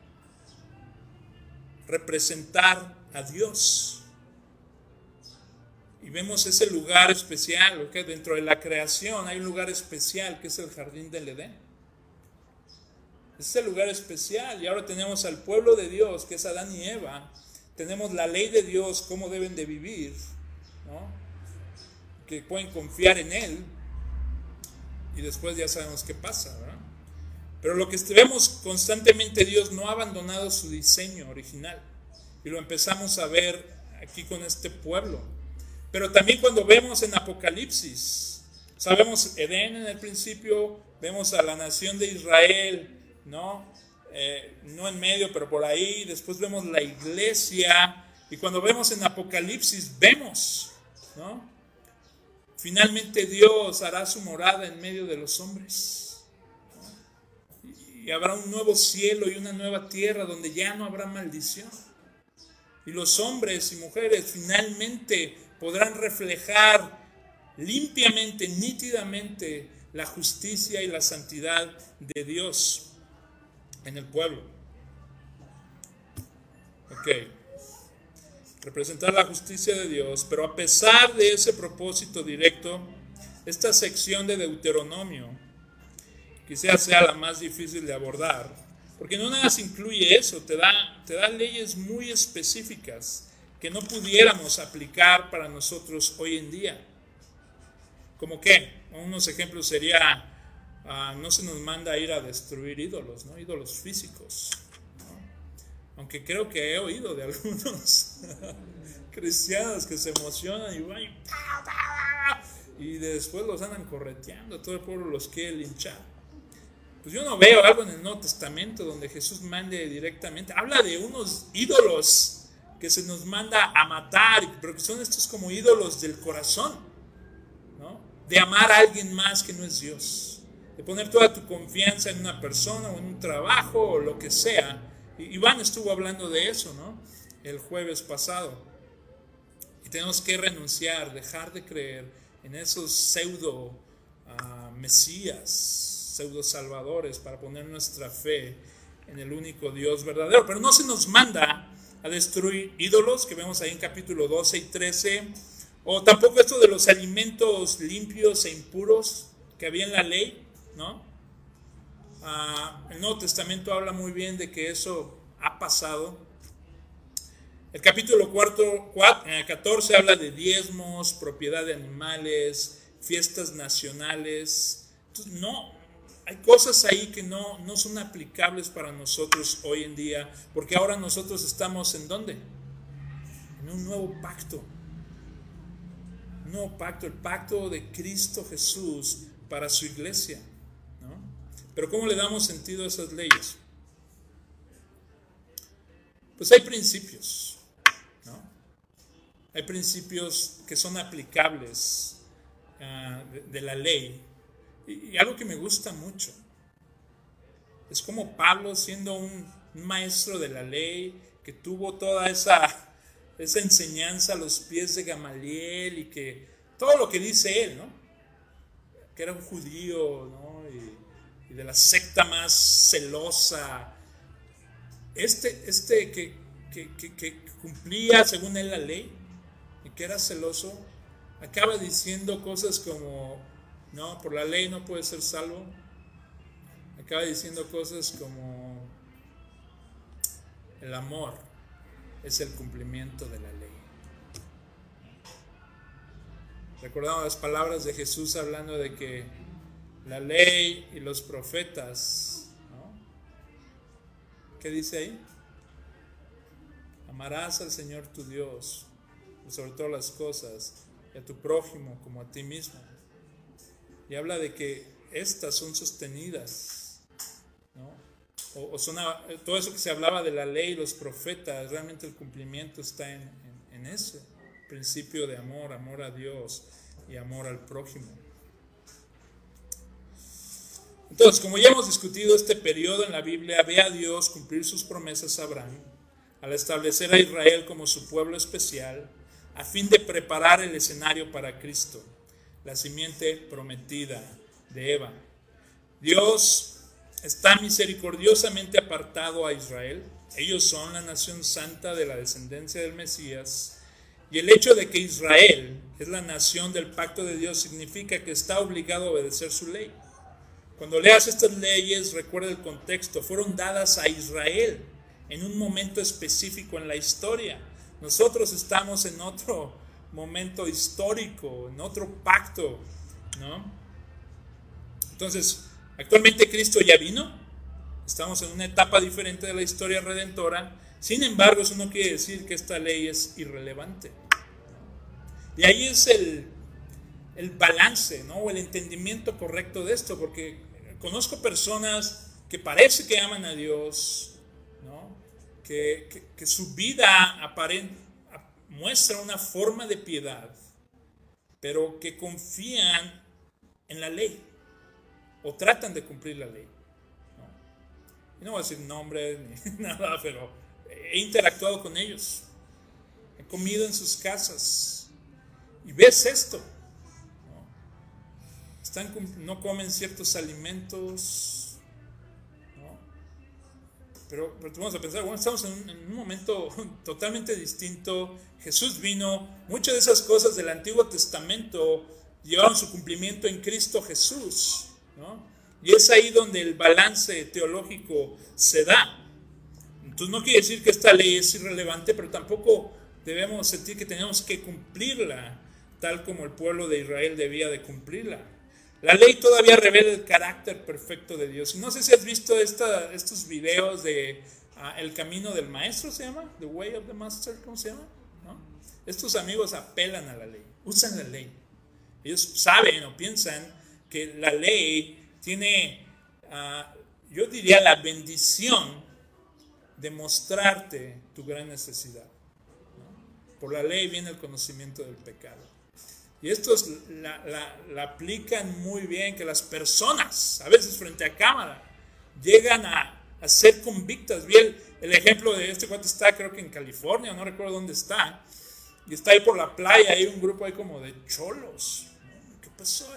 representar a Dios. Y vemos ese lugar especial, ¿okay? Dentro de la creación hay un lugar especial que es el jardín del Edén. Es el lugar especial. Y ahora tenemos al pueblo de Dios, que es Adán y Eva. Tenemos la ley de Dios, cómo deben de vivir, ¿no? Que pueden confiar en Él. Y después ya sabemos qué pasa, ¿verdad? Pero lo que vemos constantemente, Dios no ha abandonado su diseño original. Y lo empezamos a ver aquí con este pueblo. Pero también cuando vemos en Apocalipsis, sabemos Edén en el principio, vemos a la nación de Israel, ¿no? No en medio, pero por ahí. Después vemos la iglesia. Y cuando vemos en Apocalipsis, vemos, ¿no? Finalmente Dios hará su morada en medio de los hombres. Y habrá un nuevo cielo y una nueva tierra donde ya no habrá maldición. Y los hombres y mujeres finalmente podrán reflejar limpiamente, nítidamente la justicia y la santidad de Dios en el pueblo. Ok. Representar la justicia de Dios, pero a pesar de ese propósito directo, esta sección de Deuteronomio quizás sea la más difícil de abordar, porque no nada más incluye eso, te da leyes muy específicas que no pudiéramos aplicar para nosotros hoy en día. ¿Cómo qué? Unos ejemplos sería, no se nos manda a ir a destruir ídolos, ¿no? Ídolos físicos. Aunque creo que he oído de algunos cristianos que se emocionan y van y después los andan correteando, todo el pueblo los quiere linchar. Pues yo no veo algo en el Nuevo Testamento donde Jesús mande directamente. Habla de unos ídolos que se nos manda a matar, pero que son estos como ídolos del corazón, ¿no? De amar a alguien más que no es Dios, de poner toda tu confianza en una persona o en un trabajo o lo que sea. Iván estuvo hablando de eso, ¿no? El jueves pasado. Y tenemos que renunciar, dejar de creer en esos pseudo mesías, pseudo salvadores, para poner nuestra fe en el único Dios verdadero. Pero no se nos manda a destruir ídolos, que vemos ahí en capítulo 12 y 13, o tampoco esto de los alimentos limpios e impuros que había en la ley, ¿no? El Nuevo Testamento habla muy bien de que eso ha pasado. El capítulo 14 habla de diezmos, propiedad de animales, fiestas nacionales. Entonces, no, hay cosas ahí que no son aplicables para nosotros hoy en día, porque ahora nosotros estamos ¿en dónde? En un nuevo pacto. Un nuevo pacto, el pacto de Cristo Jesús para su iglesia. Pero ¿cómo le damos sentido a esas leyes? Pues hay principios, ¿no? Hay principios que son aplicables de la ley. Y algo que me gusta mucho es como Pablo, siendo un maestro de la ley, que tuvo toda esa enseñanza a los pies de Gamaliel y que todo lo que dice él, ¿no? Que era un judío, ¿no? Y de la secta más celosa, que cumplía según él la ley y que era celoso, acaba diciendo cosas como, no, por la ley no puede ser salvo. Acaba diciendo cosas como, el amor es el cumplimiento de la ley. Recordamos las palabras de Jesús hablando de que la ley y los profetas, ¿no? ¿Qué dice ahí? Amarás al Señor tu Dios sobre todas las cosas y a tu prójimo como a ti mismo. Y habla de que estas son sostenidas, ¿no? Todo eso que se hablaba de la ley y los profetas, realmente el cumplimiento está en ese principio de amor a Dios y amor al prójimo. Entonces, como ya hemos discutido, este periodo en la Biblia ve a Dios cumplir sus promesas a Abraham al establecer a Israel como su pueblo especial a fin de preparar el escenario para Cristo, la simiente prometida de Eva. Dios está misericordiosamente apartado a Israel. Ellos son la nación santa de la descendencia del Mesías. Y el hecho de que Israel es la nación del pacto de Dios significa que está obligado a obedecer su ley. Cuando leas estas leyes, recuerda el contexto. Fueron dadas a Israel en un momento específico en la historia. Nosotros estamos en otro momento histórico, en otro pacto, ¿no? Entonces, actualmente Cristo ya vino, estamos en una etapa diferente de la historia redentora. Sin embargo, eso no quiere decir que esta ley es irrelevante. Y ahí es el balance, ¿no? O el entendimiento correcto de esto, porque conozco personas que parece que aman a Dios, ¿no? Que su vida muestra una forma de piedad, pero que confían en la ley o tratan de cumplir la ley, ¿no? Y no voy a decir nombres ni nada, pero he interactuado con ellos, he comido en sus casas y ves esto, ¿no? No comen ciertos alimentos, ¿no? Pero vamos a pensar, bueno, estamos en un momento totalmente distinto. Jesús vino, muchas de esas cosas del Antiguo Testamento llevaron su cumplimiento en Cristo Jesús, ¿no? Y es ahí donde el balance teológico se da. Entonces no quiere decir que esta ley es irrelevante, pero tampoco debemos sentir que tenemos que cumplirla tal como el pueblo de Israel debía de cumplirla. La ley todavía revela el carácter perfecto de Dios. Y no sé si has visto estos videos de El Camino del Maestro, ¿se llama? The Way of the Master, ¿cómo se llama? ¿No? Estos amigos apelan a la ley, usan la ley. Ellos saben o piensan que la ley tiene, yo diría, la bendición de mostrarte tu gran necesidad, ¿no? Por la ley viene el conocimiento del pecado. Y estos la aplican muy bien, que las personas, a veces frente a cámara, llegan a ser convictas. Vi el ejemplo de este cuate, está creo que en California, no recuerdo dónde está, y está ahí por la playa, hay un grupo ahí como de cholos, ¿no? ¿Qué pasó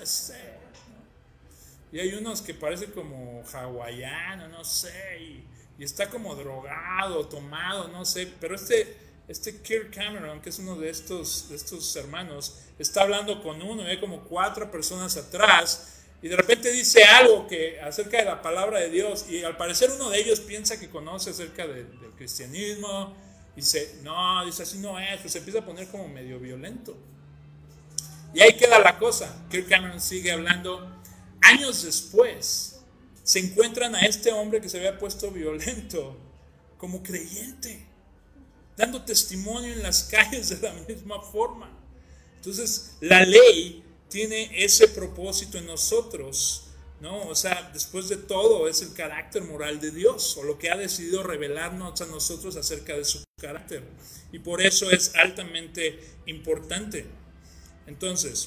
Y hay unos que parecen como hawaiano, no sé, y está como drogado, tomado, no sé, pero este Kirk Cameron, que es uno de estos hermanos, está hablando con uno, y hay como 4 personas atrás, y de repente dice algo acerca de la palabra de Dios, y al parecer uno de ellos piensa que conoce acerca del cristianismo, y dice así no es, pues se empieza a poner como medio violento. Y ahí queda la cosa. Kirk Cameron sigue hablando. Años después, se encuentran a este hombre que se había puesto violento como creyente, dando testimonio en las calles de la misma forma. Entonces, la ley tiene ese propósito en nosotros, ¿no? O sea, después de todo, es el carácter moral de Dios, o lo que ha decidido revelarnos a nosotros acerca de su carácter. Y por eso es altamente importante. Entonces,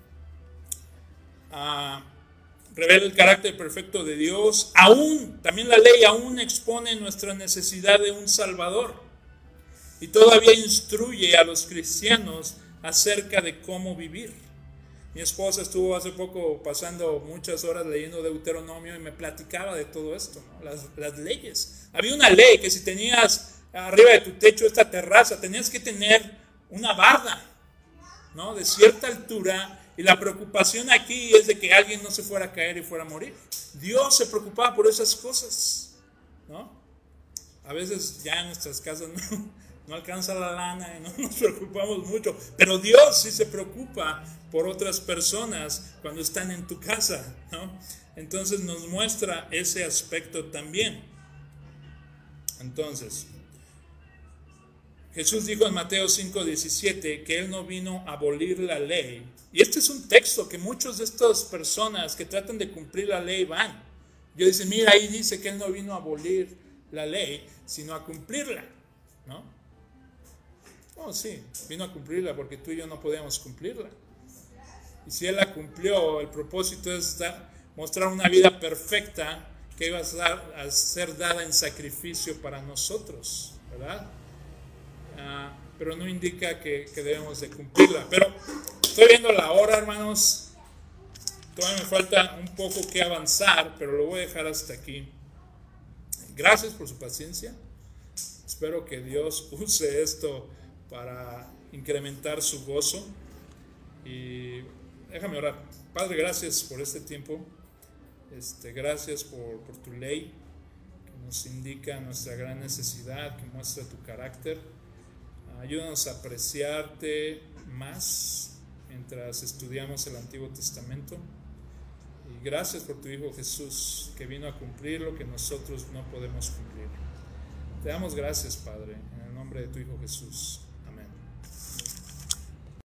revela el carácter perfecto de Dios. También la ley aún expone nuestra necesidad de un Salvador. Y todavía instruye a los cristianos acerca de cómo vivir. Mi esposa estuvo hace poco pasando muchas horas leyendo Deuteronomio y me platicaba de todo esto, ¿no? Las leyes. Había una ley que si tenías arriba de tu techo esta terraza, tenías que tener una barda, ¿no? De cierta altura. Y la preocupación aquí es de que alguien no se fuera a caer y fuera a morir. Dios se preocupaba por esas cosas, ¿no? A veces ya en nuestras casas no alcanza la lana y no nos preocupamos mucho. Pero Dios sí se preocupa por otras personas cuando están en tu casa, ¿no? Entonces nos muestra ese aspecto también. Entonces, Jesús dijo en Mateo 5:17 que Él no vino a abolir la ley. Y este es un texto que muchas de estas personas que tratan de cumplir la ley van. Yo dicen, mira, ahí dice que Él no vino a abolir la ley, sino a cumplirla, ¿no? Oh, sí, vino a cumplirla porque tú y yo no podíamos cumplirla. Y si Él la cumplió, el propósito es mostrar una vida perfecta que iba a ser dada en sacrificio para nosotros, ¿verdad? Pero no indica que debemos de cumplirla. Pero estoy viendo la hora, hermanos. Todavía me falta un poco que avanzar, pero lo voy a dejar hasta aquí. Gracias por su paciencia. Espero que Dios use esto para incrementar su gozo. Y déjame orar. Padre, gracias por este tiempo. Gracias por tu ley, que nos indica nuestra gran necesidad, que muestra tu carácter. Ayúdanos a apreciarte más mientras estudiamos el Antiguo Testamento. Y gracias por tu Hijo Jesús, que vino a cumplir lo que nosotros no podemos cumplir. Te damos gracias, Padre, en el nombre de tu Hijo Jesús.